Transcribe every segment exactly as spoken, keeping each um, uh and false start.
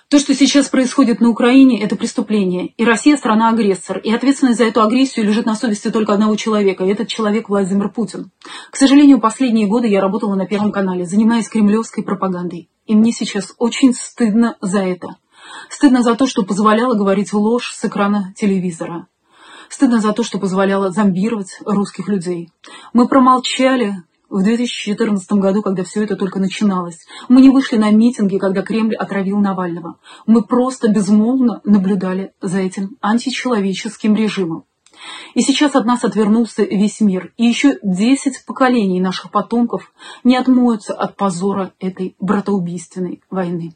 То, что сейчас происходит на Украине, это преступление. И Россия – страна-агрессор. И ответственность за эту агрессию лежит на совести только одного человека. И этот человек – Владимир Путин. К сожалению, последние годы я работала на Первом канале, занимаясь кремлевской пропагандой. И мне сейчас очень стыдно за это. Стыдно за то, что позволяла говорить ложь с экрана телевизора. Стыдно за то, что позволяла зомбировать русских людей. Мы промолчали в две тысячи четырнадцатом году, когда все это только начиналось. Мы не вышли на митинги, когда Кремль отравил Навального. Мы просто безмолвно наблюдали за этим античеловеческим режимом. И сейчас от нас отвернулся весь мир. И еще десять поколений наших потомков не отмоются от позора этой братоубийственной войны.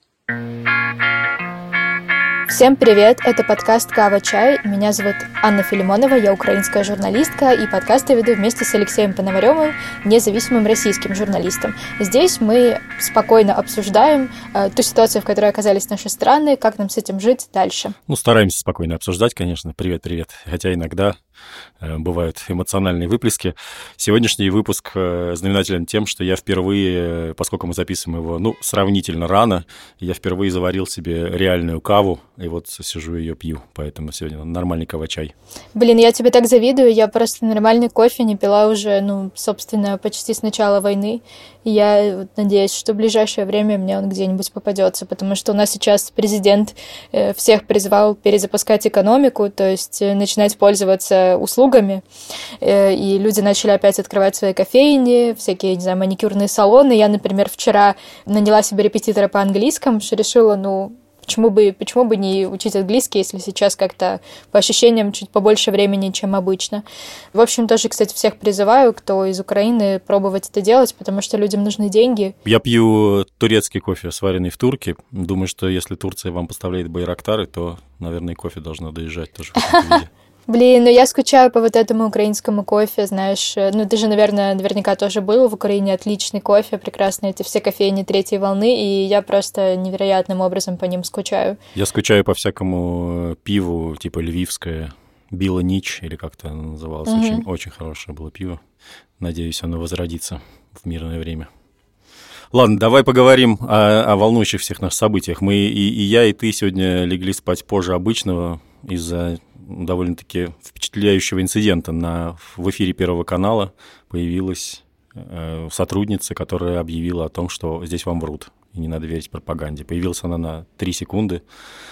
Всем привет, это подкаст «Кава Чай». Меня зовут Анна Филимонова, я украинская журналистка, и подкаст я веду вместе с Алексеем Пономаревым, независимым российским журналистом. Здесь мы спокойно обсуждаем э, ту ситуацию, в которой оказались наши страны, как нам с этим жить дальше. Ну, стараемся спокойно обсуждать, конечно. Привет-привет. Хотя иногда э, бывают эмоциональные выплески. Сегодняшний выпуск э, знаменателен тем, что я впервые, поскольку мы записываем его, ну, сравнительно рано, я впервые заварил себе реальную каву, и вот сижу ее пью, поэтому сегодня нормальный кава-чай. Блин, я тебе так завидую, я просто нормальный кофе не пила уже, ну, собственно, почти с начала войны. И я вот надеюсь, что в ближайшее время мне он где-нибудь попадется, потому что у нас сейчас президент э, всех призвал перезапускать экономику, то есть э, начинать пользоваться услугами, э, и люди начали опять открывать свои кофейни, всякие, не знаю, маникюрные салоны. Я, например, вчера наняла себе репетитора по английскому, что решила, ну, Почему бы, почему бы не учить английский, если сейчас как-то по ощущениям чуть побольше времени, чем обычно. В общем, тоже, кстати, всех призываю, кто из Украины, пробовать это делать, потому что людям нужны деньги. Я пью турецкий кофе, сваренный в Турке. Думаю, что если Турция вам поставляет байрактары, то, наверное, и кофе должно доезжать тоже в каком-то виде. Блин, ну я скучаю по вот этому украинскому кофе, знаешь. Ну, ты же, наверное, наверняка тоже был в Украине. Отличный кофе, прекрасные эти все кофейни третьей волны, и я просто невероятным образом по ним скучаю. Я скучаю по всякому пиву, типа львивское, Билла Нич, или как-то оно называлось. Mm-hmm. Очень, очень хорошее было пиво. Надеюсь, оно возродится в мирное время. Ладно, давай поговорим о, о волнующих всех наших событиях. Мы, и, и я, и ты сегодня легли спать позже обычного из-за довольно-таки впечатляющего инцидента. На, в эфире Первого канала появилась э, сотрудница, которая объявила о том, что здесь вам врут, и не надо верить пропаганде. Появилась она на три секунды,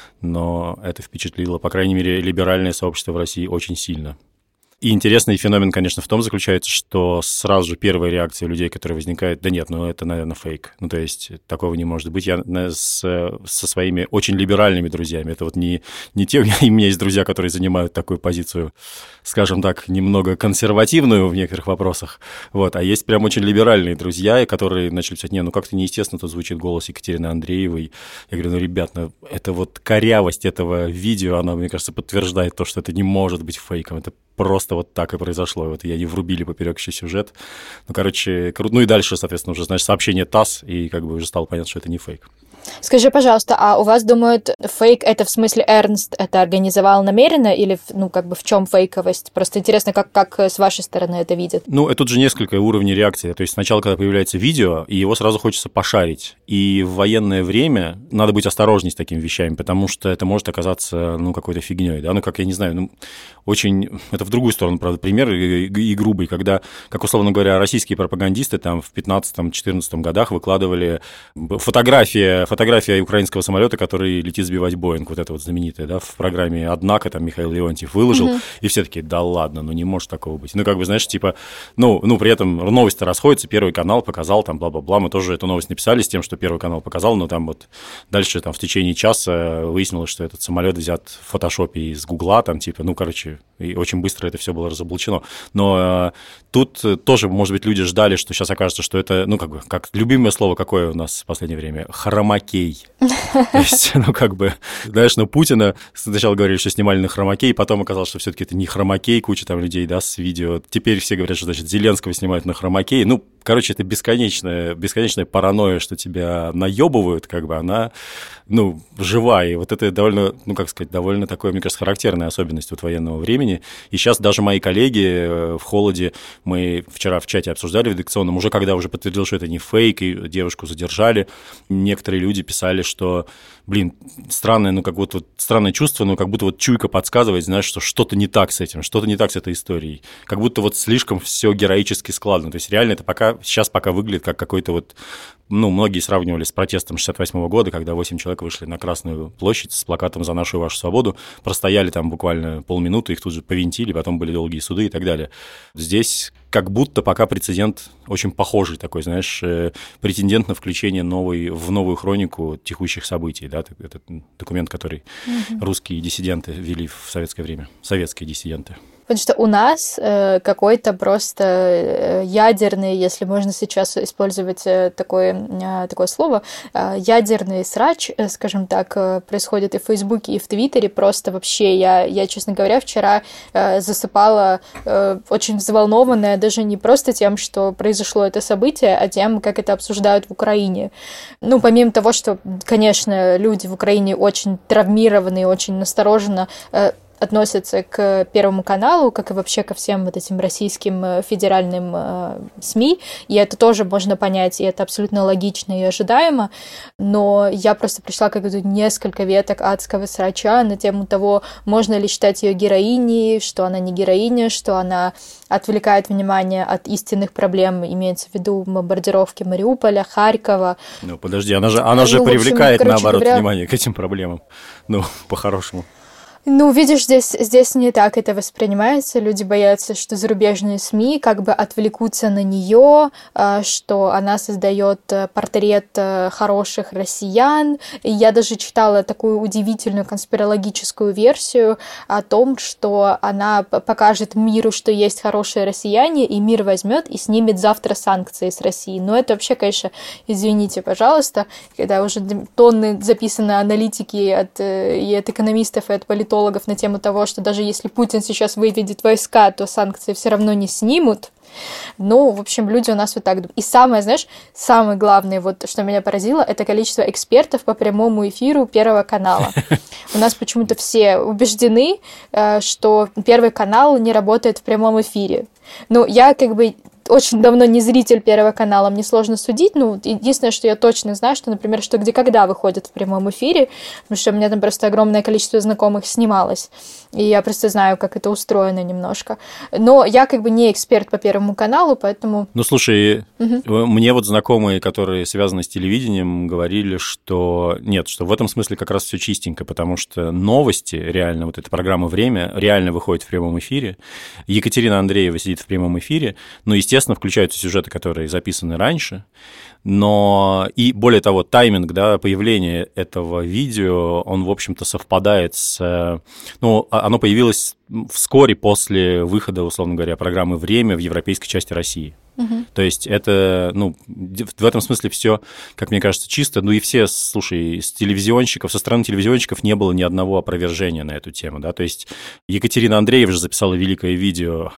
но это впечатлило, по крайней мере, либеральное сообщество в России очень сильно. И интересный феномен, конечно, в том заключается, что сразу же первая реакция людей, которая возникает, да нет, ну это, наверное, фейк. Ну то есть такого не может быть. Я с, со своими очень либеральными друзьями, это вот не, не те, у меня есть друзья, которые занимают такую позицию, скажем так, немного консервативную в некоторых вопросах, вот, а есть прям очень либеральные друзья, которые начали писать, не, ну как-то неестественно тут звучит голос Екатерины Андреевой. Я говорю, ну, ребят, ну, это вот корявость этого видео, она, мне кажется, подтверждает то, что это не может быть фейком, это просто вот так и произошло. Вот и они врубили поперек еще сюжет. Ну, короче, круто. Ну и дальше, соответственно, уже, знаешь, сообщение ТАСС, и как бы уже стало понятно, что это не фейк. Скажи, пожалуйста, а у вас думают, фейк это в смысле Эрнст это организовал намеренно или, ну, как бы в чем фейковость? Просто интересно, как, как с вашей стороны это видят. Ну, это тут же несколько уровней реакции. То есть сначала, когда появляется видео, и его сразу хочется пошарить. И в военное время надо быть осторожней с такими вещами, потому что это может оказаться, ну, какой-то фигней, да, ну, как, я не знаю, ну, очень... Это в другую сторону, правда, пример и, и грубый, когда, как, условно говоря, российские пропагандисты там в пятнадцатом-четырнадцатом годах выкладывали фотографии Фотография украинского самолета, который летит сбивать Боинг, вот это вот знаменитая, да, в программе «Однако» там Михаил Леонтьев выложил, uh-huh. и все такие, да ладно, ну не может такого быть. Ну, как бы, знаешь, типа, ну, ну при этом новости расходятся, Первый канал показал, там, бла-бла-бла, мы тоже эту новость написали с тем, что Первый канал показал, но там вот дальше там в течение часа выяснилось, что этот самолет взят в фотошопе из Гугла, там, типа, ну, короче, и очень быстро это все было разоблачено. Но э, тут тоже, может быть, люди ждали, что сейчас окажется, что это, ну, как бы, как любимое слово какое у нас в последнее время, хромакей. То есть, ну, как бы, знаешь, ну, Путина сначала говорили, что снимали на хромакей, потом оказалось, что все-таки это не хромакей, куча там людей, да, с видео. Теперь все говорят, что, значит, Зеленского снимают на хромакей. Ну, короче, это бесконечная, бесконечная паранойя, что тебя наебывают, как бы она, ну, жива. И вот это довольно, ну, как сказать, довольно такое, мне кажется, характерная особенность вот военного времени. И сейчас даже мои коллеги в холоде, мы вчера в чате обсуждали в редакционном, уже когда уже подтвердил, что это не фейк, и девушку задержали, некоторые люди писали, что, блин, странное, ну, как вот, вот странное чувство, но как будто вот чуйка подсказывает, знаешь, что что-то не так с этим, что-то не так с этой историей. Как будто вот слишком все героически складно. То есть реально это пока, сейчас пока выглядит как какой-то вот, ну, многие сравнивали с протестом шестьдесят восьмого года, когда восемь человек вышли на Красную площадь с плакатом «За нашу и вашу свободу», простояли там буквально полминуты, их тут же повинтили, потом были долгие суды и так далее. Здесь как будто пока прецедент очень похожий такой, знаешь, претендент на включение новой, в новую хронику текущих событий, да, этот документ, который угу. русские диссиденты ввели в советское время, советские диссиденты. Потому что у нас э, какой-то просто ядерный, если можно сейчас использовать такое, э, такое слово, э, ядерный срач, э, скажем так, э, происходит и в Фейсбуке, и в Твиттере. Просто вообще я, я честно говоря, вчера э, засыпала э, очень взволнованная даже не просто тем, что произошло это событие, а тем, как это обсуждают в Украине. Ну, помимо того, что, конечно, люди в Украине очень травмированы, очень настороженно э, относятся к Первому каналу, как и вообще ко всем вот этим российским федеральным э, СМИ, и это тоже можно понять, и это абсолютно логично и ожидаемо, но я просто пришла как бы несколько веток адского срача на тему того, можно ли считать ее героиней, что она не героиня, что она отвлекает внимание от истинных проблем, имеется в виду бомбардировки Мариуполя, Харькова. Ну, подожди, она же, она же ну, привлекает, общем, наоборот, говоря... внимание к этим проблемам, ну, по-хорошему. Ну, видишь, здесь, здесь не так это воспринимается. Люди боятся, что зарубежные СМИ как бы отвлекутся на нее, что она создает портрет хороших россиян. И я даже читала такую удивительную конспирологическую версию о том, что она покажет миру, что есть хорошие россияне, и мир возьмет и снимет завтра санкции с России. Но это вообще, конечно, извините, пожалуйста, когда уже тонны записаны аналитики от, и от экономистов, и от политологов, на тему того, что даже если Путин сейчас выведет войска, то санкции все равно не снимут. Ну, в общем, люди у нас вот так думают. И самое, знаешь, самое главное, вот, что меня поразило, это количество экспертов по прямому эфиру Первого канала. У нас почему-то все убеждены, что Первый канал не работает в прямом эфире. Ну, я как бы очень давно не зритель Первого канала, мне сложно судить. Ну, единственное, что я точно знаю, что, например, «Что, где, когда» выходит в прямом эфире, потому что у меня там просто огромное количество знакомых снималось, и я просто знаю, как это устроено немножко. Но я как бы не эксперт по Первому каналу, поэтому... Ну, слушай, угу. мне вот знакомые, которые связаны с телевидением, говорили, что нет, что в этом смысле как раз все чистенько, потому что новости, реально, вот эта программа «Время» реально выходит в прямом эфире. Екатерина Андреева сидит в прямом эфире, ну, естественно, включаются сюжеты, которые записаны раньше, но и более того, тайминг, да, появления этого видео, он, в общем-то, совпадает с... Ну, оно появилось вскоре после выхода, условно говоря, программы «Время» в европейской части России. Угу. То есть это, ну, в этом смысле все, как мне кажется, чисто. Ну и все, слушай, с телевизионщиков, со стороны телевизионщиков не было ни одного опровержения на эту тему, да, то есть Екатерина Андреева же записала великое видео.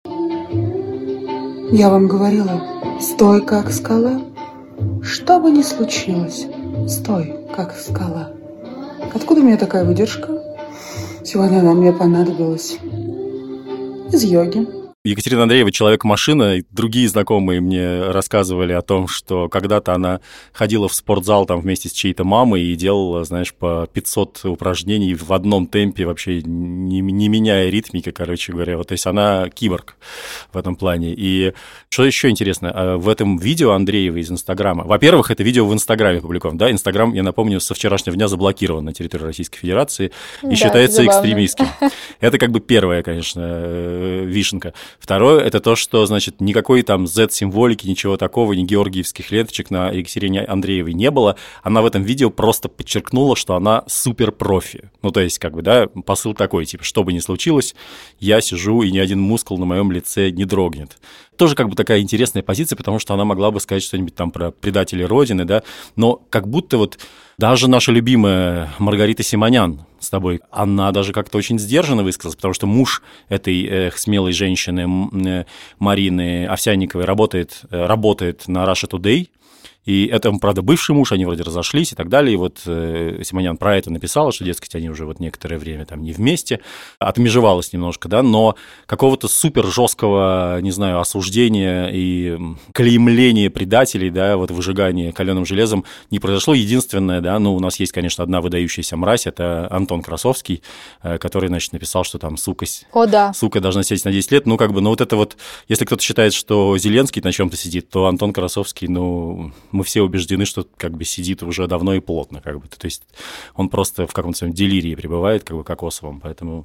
Я вам говорила, стой, как скала. Что бы ни случилось, стой, как скала. Откуда у меня такая выдержка? Сегодня она мне понадобилась. Из йоги. Екатерина Андреева человек-машина, и другие знакомые мне рассказывали о том, что когда-то она ходила в спортзал там вместе с чьей-то мамой и делала, знаешь, по пятьсот упражнений в одном темпе, вообще не, не меняя ритмики, короче говоря. Вот, то есть она киборг в этом плане. И что еще интересно, в этом видео Андреева из Инстаграма, во-первых, это видео в Инстаграме опубликовано, да, Инстаграм, я напомню, со вчерашнего дня заблокирован на территории Российской Федерации и да, считается экстремистским. Это как бы первая, конечно, вишенка. Второе, это то, что, значит, никакой там Z-символики, ничего такого, ни георгиевских ленточек на Екатерине Андреевой не было. Она в этом видео просто подчеркнула, что она суперпрофи. Ну, то есть, как бы, да, посыл такой, типа, что бы ни случилось, я сижу, и ни один мускул на моем лице не дрогнет. Тоже как бы такая интересная позиция, потому что она могла бы сказать что-нибудь там про предателей Родины, да, но как будто вот даже наша любимая Маргарита Симонян с тобой, она даже как-то очень сдержанно высказалась, потому что муж этой э, смелой женщины Марины Овсянниковой работает, э, работает на Russia Today. И это, правда, бывший муж, они вроде разошлись и так далее. И вот э, Симонян про это написала, что, дескать, они уже вот некоторое время там не вместе. Отмежевалась немножко, да, но какого-то супер жесткого, не знаю, осуждения и клеймления предателей, да, вот выжигания каленым железом не произошло. Единственное, да, ну, у нас есть, конечно, одна выдающаяся мразь, это Антон Красовский, э, который, значит, написал, что там сука, О, да. сука должна сидеть на десять лет. Ну, как бы, ну, вот это вот, если кто-то считает, что Зеленский на чем-то сидит, то Антон Красовский, ну... мы все убеждены, что как бы сидит уже давно и плотно, как бы. То есть он просто в каком-то своем делирии пребывает, как бы кокосовом, поэтому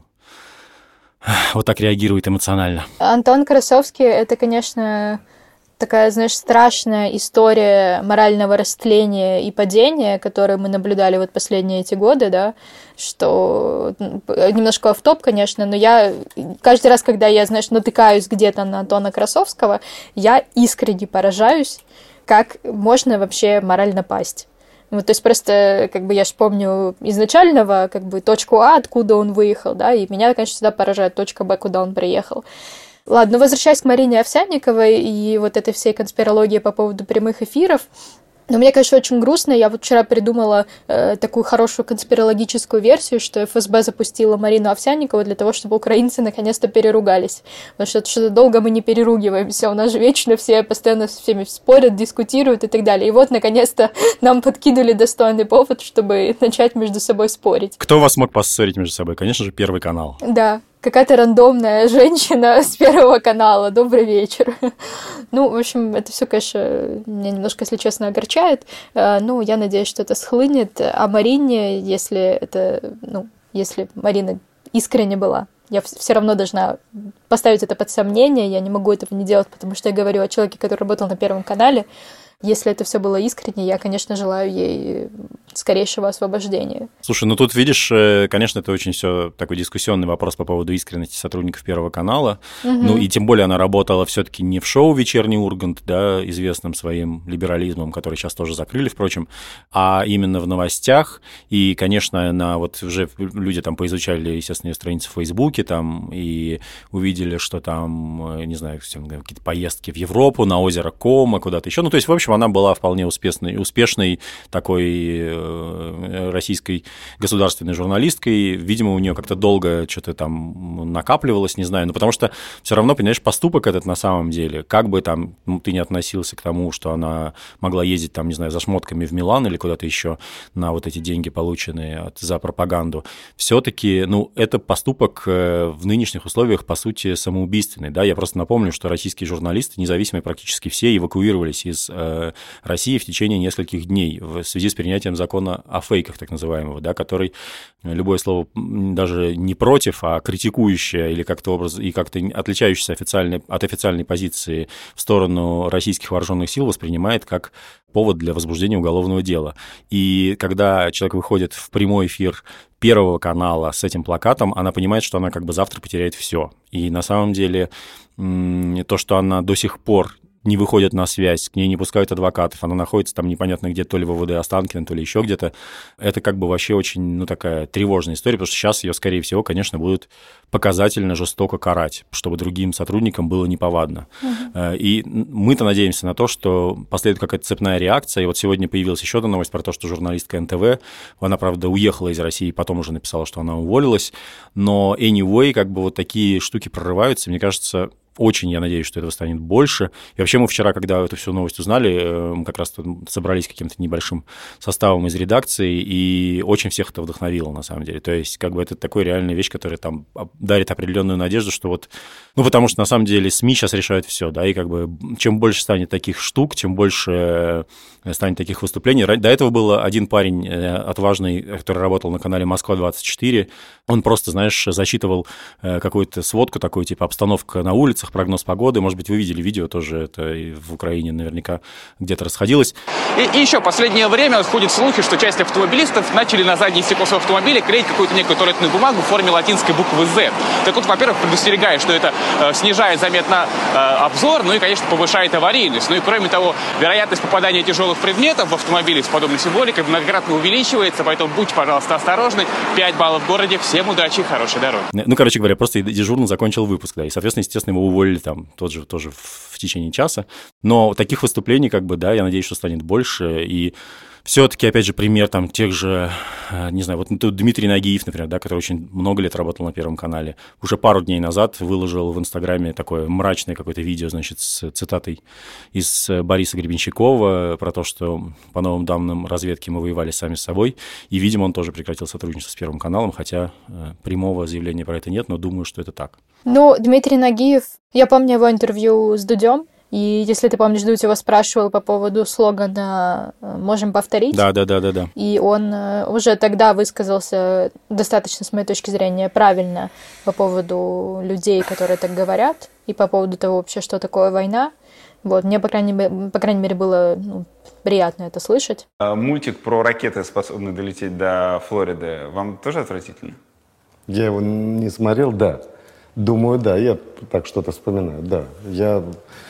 вот так реагирует эмоционально. Антон Красовский — это, конечно, такая, знаешь, страшная история морального растления и падения, которую мы наблюдали вот последние эти годы, да, что немножко офф-топ, конечно, но я каждый раз, когда я, знаешь, натыкаюсь где-то на Антона Красовского, я искренне поражаюсь, как можно вообще морально пасть. Вот, то есть просто, как бы, я ж помню изначального, как бы, точку А, откуда он выехал, да, и меня, конечно, всегда поражает точка Б, куда он приехал. Ладно, возвращаясь к Марине Овсянниковой и вот этой всей конспирологии по поводу прямых эфиров, но мне, конечно, очень грустно. Я вот вчера придумала э, такую хорошую конспирологическую версию, что эф эс бэ запустила Марину Овсянникову для того, чтобы украинцы наконец-то переругались. Потому что что-то долго мы не переругиваемся. У нас же вечно все постоянно с всеми спорят, дискутируют и так далее. И вот, наконец-то, нам подкинули достойный повод, чтобы начать между собой спорить. Кто вас мог поссорить между собой? Конечно же, Первый канал. Да. Какая-то рандомная женщина с Первого канала. Добрый вечер. Ну, в общем, это все, конечно, меня немножко, если честно, огорчает. Ну, я надеюсь, что это схлынет. А Марине, если это, ну, если Марина искренне была, я все равно должна поставить это под сомнение. Я не могу этого не делать, потому что я говорю о человеке, который работал на Первом канале. Если это все было искренне, я, конечно, желаю ей скорейшего освобождения. Слушай, ну тут, видишь, конечно, это очень все такой дискуссионный вопрос по поводу искренности сотрудников Первого канала. Угу. Ну и тем более она работала все-таки не в шоу «Вечерний Ургант», да, известным своим либерализмом, который сейчас тоже закрыли, впрочем, а именно в новостях. И, конечно, на вот уже люди там поизучали, естественно, ее страницы в Фейсбуке там и увидели, что там, не знаю, какие-то поездки в Европу, на озеро Кома, куда-то еще. Ну, то есть, в общем, она была вполне успешной, успешной такой российской государственной журналисткой. Видимо, у нее как-то долго что-то там накапливалось, не знаю, но потому что все равно, понимаешь, поступок этот на самом деле, как бы там ну, ты не относился к тому, что она могла ездить там, не знаю, за шмотками в Милан или куда-то еще на вот эти деньги, полученные от, за пропаганду, все-таки, ну, это поступок в нынешних условиях, по сути, самоубийственный, да, я просто напомню, что российские журналисты, независимые практически все, эвакуировались из России в течение нескольких дней в связи с принятием закона о фейках, так называемого, да, который любое слово даже не против, а критикующее или как-то образ и как-то отличающееся официальной, от официальной позиции в сторону российских вооруженных сил воспринимает как повод для возбуждения уголовного дела. И когда человек выходит в прямой эфир Первого канала с этим плакатом, она понимает, что она как бы завтра потеряет все. И на самом деле то, что она до сих пор не выходит на связь, к ней не пускают адвокатов, она находится там непонятно где, то ли в ВВД Останкино, то ли еще где-то. Это как бы вообще очень, ну, такая тревожная история, потому что сейчас ее, скорее всего, конечно, будут показательно жестоко карать, чтобы другим сотрудникам было неповадно. Угу. И мы-то надеемся на то, что последует какая-то цепная реакция. И вот сегодня появилась еще одна новость про то, что журналистка эн тэ вэ, она, правда, уехала из России, потом уже написала, что она уволилась, но anyway, как бы вот такие штуки прорываются, мне кажется, очень я надеюсь, что этого станет больше. И вообще мы вчера, когда эту всю новость узнали, мы как раз собрались каким-то небольшим составом из редакции, и очень всех это вдохновило, на самом деле. То есть, как бы это такая реальная вещь, которая там дарит определенную надежду, что вот... Ну, потому что, на самом деле, СМИ сейчас решают все, да, и как бы чем больше станет таких штук, чем больше станет таких выступлений. До этого был один парень отважный, который работал на канале Москва двадцать четыре. Он просто, знаешь, зачитывал какую-то сводку такую, типа, обстановка на улицах, видосах прогноз погоды. Может быть, вы видели видео тоже, это и в Украине наверняка где-то расходилось. И, и еще последнее время ходят слухи, что часть автомобилистов начали на заднее стекло своего автомобиля клеить какую-то некую туалетную бумагу в форме латинской буквы Z. Так вот, во-первых, предостерегаю, что это э, снижает заметно э, обзор, ну и, конечно, повышает аварийность. Ну и, кроме того, вероятность попадания тяжелых предметов в автомобиле с подобной символикой многократно увеличивается, поэтому будьте, пожалуйста, осторожны. пять баллов в городе. Всем удачи и хорошей дороги. Ну, короче говоря, просто дежурно закончил выпуск, да, и, соответственно, естественно, его уволили там тот же, тоже в, в течение часа. Но таких выступлений, как бы, да, я надеюсь, что станет больше, и все-таки, опять же, пример там тех же, не знаю, вот тут Дмитрий Нагиев, например, да, который очень много лет работал на Первом канале, уже пару дней назад выложил в Инстаграме такое мрачное какое-то видео, значит, с цитатой из Бориса Гребенщикова про то, что по новым данным разведки мы воевали сами с собой, и, видимо, он тоже прекратил сотрудничество с Первым каналом, хотя прямого заявления про это нет, но думаю, что это так. Ну, Дмитрий Нагиев, я помню его интервью с Дудем, и если ты помнишь, Дудь его спрашивал по поводу слогана «Можем повторить». Да, да, да, да, да. И он уже тогда высказался достаточно, с моей точки зрения, правильно по поводу людей, которые так говорят, и по поводу того вообще, что такое война. Вот, мне, по крайней мере, по крайней мере было ну, приятно это слышать. А мультик про ракеты, способные долететь до Флориды, вам тоже отвратительно? Я его не смотрел, да. Думаю, да, я так что-то вспоминаю, да. Я...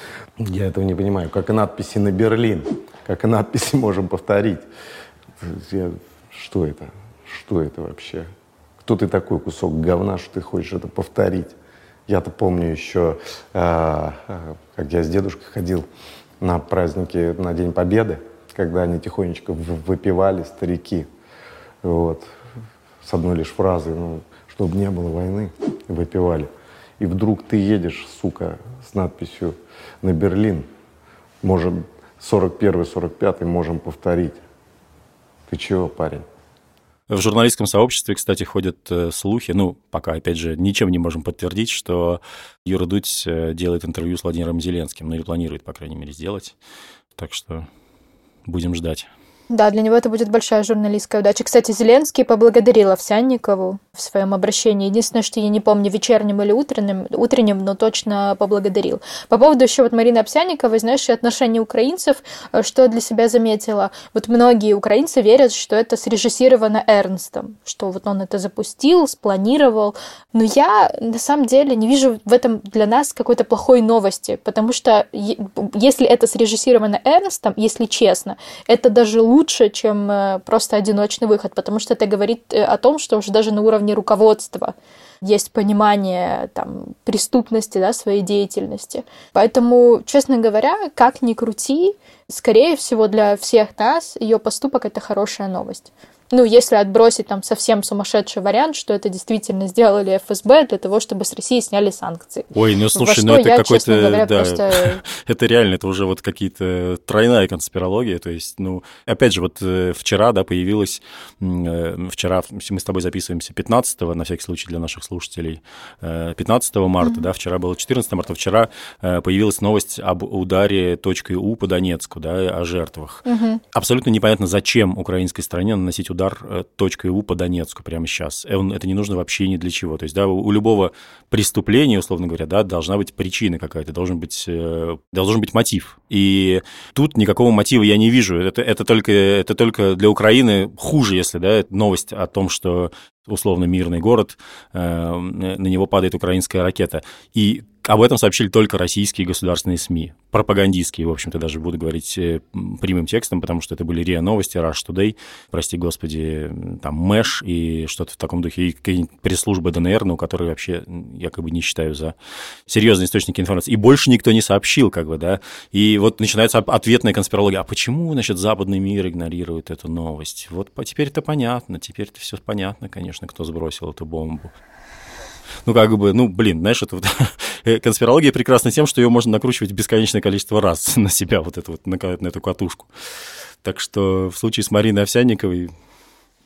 Я этого не понимаю. Как и надписи на Берлин, как и надписи можем повторить. Я... Что это? Что это вообще? Кто ты такой, кусок говна, что ты хочешь это повторить? Я-то помню еще, э, как я с дедушкой ходил на праздники, на День Победы, когда они тихонечко выпивали, старики. Вот. С одной лишь фразой, ну, чтобы не было войны, выпивали. И вдруг ты едешь, сука, с надписью на Берлин, можем сорок первый сорок пятый можем повторить. Ты чего, парень? В журналистском сообществе, кстати, ходят слухи, ну, пока, опять же, ничем не можем подтвердить, что Юра Дудь делает интервью с Владимиром Зеленским, ну, или планирует, по крайней мере, сделать. Так что будем ждать. Да, для него это будет большая журналистская удача. Кстати, Зеленский поблагодарил Овсянникову в своем обращении. Единственное, что я не помню, вечерним или утренним, утренним, но точно поблагодарил. По поводу еще вот Марины Овсянниковой, знаешь, и отношения украинцев, что я для себя заметила. Вот многие украинцы верят, что это срежиссировано Эрнстом, что вот он это запустил, спланировал. Но я на самом деле не вижу в этом для нас какой-то плохой новости, потому что если это срежиссировано Эрнстом, если честно, это даже лучше, лучше, чем просто одиночный выход, потому что это говорит о том, что уже даже на уровне руководства есть понимание там, преступности, да, своей деятельности. Поэтому, честно говоря, как ни крути, скорее всего, для всех нас ее поступок – это хорошая новость. Ну, если отбросить там совсем сумасшедший вариант, что это действительно сделали эф эс бэ для того, чтобы с России сняли санкции. Ой, ну слушай, ну это я, какой-то, говоря, да, просто... это реально, это уже вот какие-то тройная конспирология, то есть, ну, опять же, вот вчера, да, появилась, вчера мы с тобой записываемся пятнадцатого, на всякий случай для наших слушателей, пятнадцатого марта, mm-hmm. да, вчера было четырнадцатого марта, вчера появилась новость об ударе .у по Донецку, да, о жертвах. Mm-hmm. Абсолютно непонятно, зачем украинской стране наносить удар удар .у по Донецку прямо сейчас. Это не нужно вообще ни для чего. То есть, да, у любого преступления, условно говоря, да, должна быть причина какая-то, должен быть, должен быть мотив. И тут никакого мотива я не вижу. Это, это, только, это только для Украины хуже, если, да, новость о том, что условно мирный город, на него падает украинская ракета. И об этом сообщили только российские государственные СМИ, пропагандистские, в общем-то, даже буду говорить прямым текстом, потому что это были РИА Новости, Rush Today, прости господи, там, Мэш и что-то в таком духе, и какие-нибудь пресс-службы ДНР, ну, которые вообще якобы не считаю за серьезные источники информации. И больше никто не сообщил, как бы, да. И вот начинается ответная конспирология. А почему, значит, западный мир игнорирует эту новость? Вот теперь это понятно, теперь это все понятно, конечно, кто сбросил эту бомбу. Ну, как бы, ну, блин, знаешь, это вот конспирология прекрасна тем, что ее можно накручивать бесконечное количество раз на себя, вот эту вот, на, на эту катушку. Так что в случае с Мариной Овсянниковой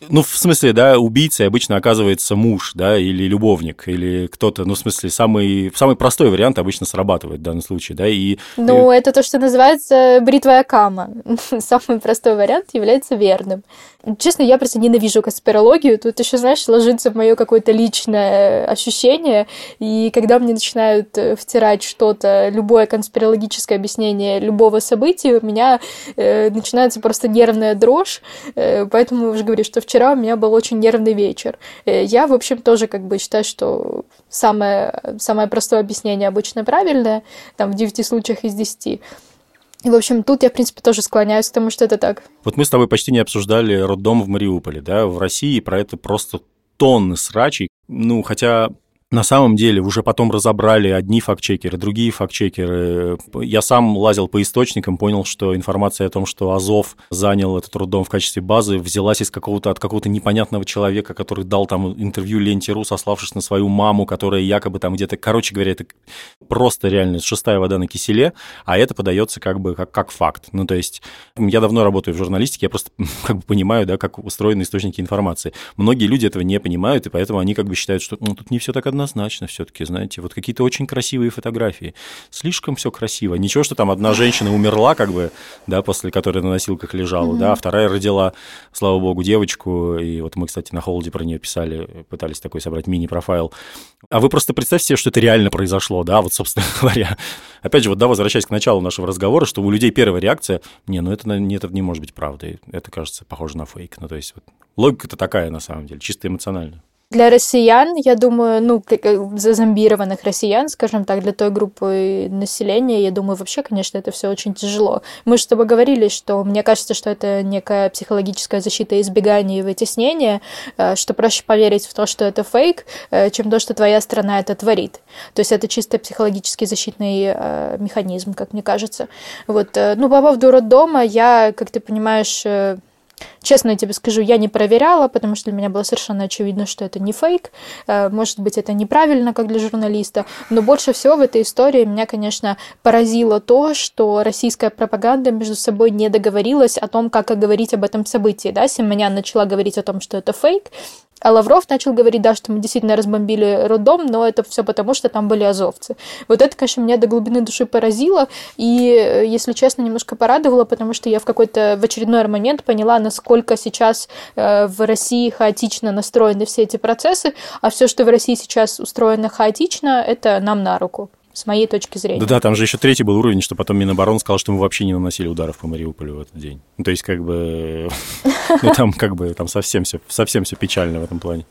Ну, в смысле, да, убийцей обычно оказывается муж, да, или любовник, или кто-то, ну, в смысле, самый, самый простой вариант обычно срабатывает в данном случае, да, и... Ну, это то, что называется бритва Акама. Самый простой вариант является верным. Честно, я просто ненавижу конспирологию. Тут еще, знаешь, ложится в мое какое-то личное ощущение, и когда мне начинают втирать что-то, любое конспирологическое объяснение любого события, у меня э, начинается просто нервная дрожь, э, поэтому уже говорю, что вчера у меня был очень нервный вечер. Э, я, в общем, тоже как бы считаю, что самое, самое простое объяснение обычно правильное, там в девяти случаях из десяти. И, в общем, тут я, в принципе, тоже склоняюсь к тому, что это так. Вот мы с тобой почти не обсуждали роддом в Мариуполе, да, в России про это просто тонны срачей, ну, хотя... На самом деле уже потом разобрали одни фактчекеры, другие фактчекеры. Я сам лазил по источникам, понял, что информация о том, что Азов занял этот роддом в качестве базы, взялась из какого-то, от какого-то непонятного человека, который дал там интервью Ленте.ру, сославшись на свою маму, которая якобы там где-то... Короче говоря, это просто реально шестая вода на киселе, а это подается как бы как, как факт. Ну, то есть я давно работаю в журналистике, я просто как бы понимаю, да, как устроены источники информации. Многие люди этого не понимают, и поэтому они как бы считают, что ну, тут не все так однозначно. Однозначно все-таки, знаете, вот какие-то очень красивые фотографии. Слишком все красиво. Ничего, что там одна женщина умерла, как бы, да, после которой на носилках лежала, mm-hmm. да, а вторая родила, слава богу, девочку. И вот мы, кстати, на Холоде про нее писали, пытались такой собрать мини-профайл. А вы просто представьте себе, что это реально произошло, да, вот, собственно говоря. Опять же, вот, да, возвращаясь к началу нашего разговора, что у людей первая реакция, не, ну это, это не может быть правдой, это, кажется, похоже на фейк. Ну, то есть вот, логика-то такая, на самом деле, чисто эмоциональная. Для россиян, я думаю, ну, зазомбированных россиян, скажем так, для той группы населения, я думаю, вообще, конечно, это все очень тяжело. Мы же с тобой говорили, что мне кажется, что это некая психологическая защита избегания и вытеснения, что проще поверить в то, что это фейк, чем то, что твоя страна это творит. То есть это чисто психологический защитный механизм, как мне кажется. Вот. Ну, по поводу роддома, я, как ты понимаешь, честно я тебе скажу, я не проверяла, потому что для меня было совершенно очевидно, что это не фейк. Может быть, это неправильно, как для журналиста. Но больше всего в этой истории меня, конечно, поразило то, что российская пропаганда между собой не договорилась о том, как говорить об этом событии. Да? Симонян начала говорить о том, что это фейк, а Лавров начал говорить, да, что мы действительно разбомбили роддом, но это все потому, что там были азовцы. Вот это, конечно, меня до глубины души поразило, и, если честно, немножко порадовало, потому что я в какой-то, в очередной момент поняла, насколько сейчас э, в России хаотично настроены все эти процессы, а все, что в России сейчас устроено хаотично, это нам на руку. С моей точки зрения. Да-да, там же еще третий был уровень, что потом Минобороны сказал, что мы вообще не наносили ударов по Мариуполю в этот день. Ну, то есть, как бы, ну, там, как бы, там совсем все, совсем все печально в этом плане.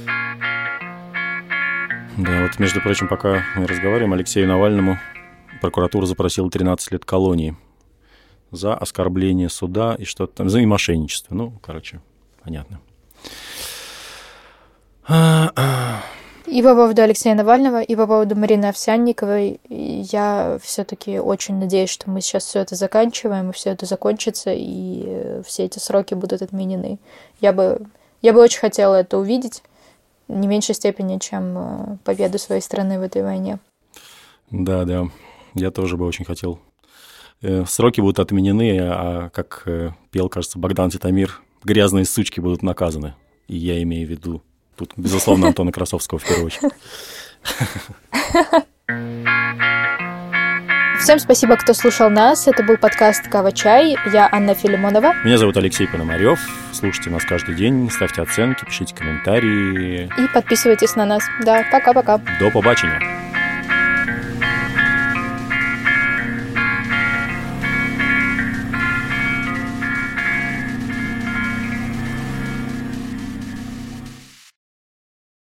Да, вот, между прочим, пока мы разговариваем, Алексею Навальному прокуратура запросила тринадцать лет колонии за оскорбление суда и что-то там, за и мошенничество. Ну, короче, понятно. И по поводу Алексея Навального, и по поводу Марины Овсянниковой я все-таки очень надеюсь, что мы сейчас все это заканчиваем, и все это закончится, и все эти сроки будут отменены. Я бы, я бы очень хотела это увидеть, не в меньшей степени, чем победу своей страны в этой войне. Да, да, я тоже бы очень хотел. Сроки будут отменены, а, как пел, кажется, Богдан Титомир, грязные сучки будут наказаны. И я имею в виду тут, безусловно, Антона Красовского в первую очередь. Всем спасибо, кто слушал нас. Это был подкаст «Кава-чай». Я Анна Филимонова. Меня зовут Алексей Пономарев. Слушайте нас каждый день, ставьте оценки, пишите комментарии. И подписывайтесь на нас. Да, пока-пока. До побачення.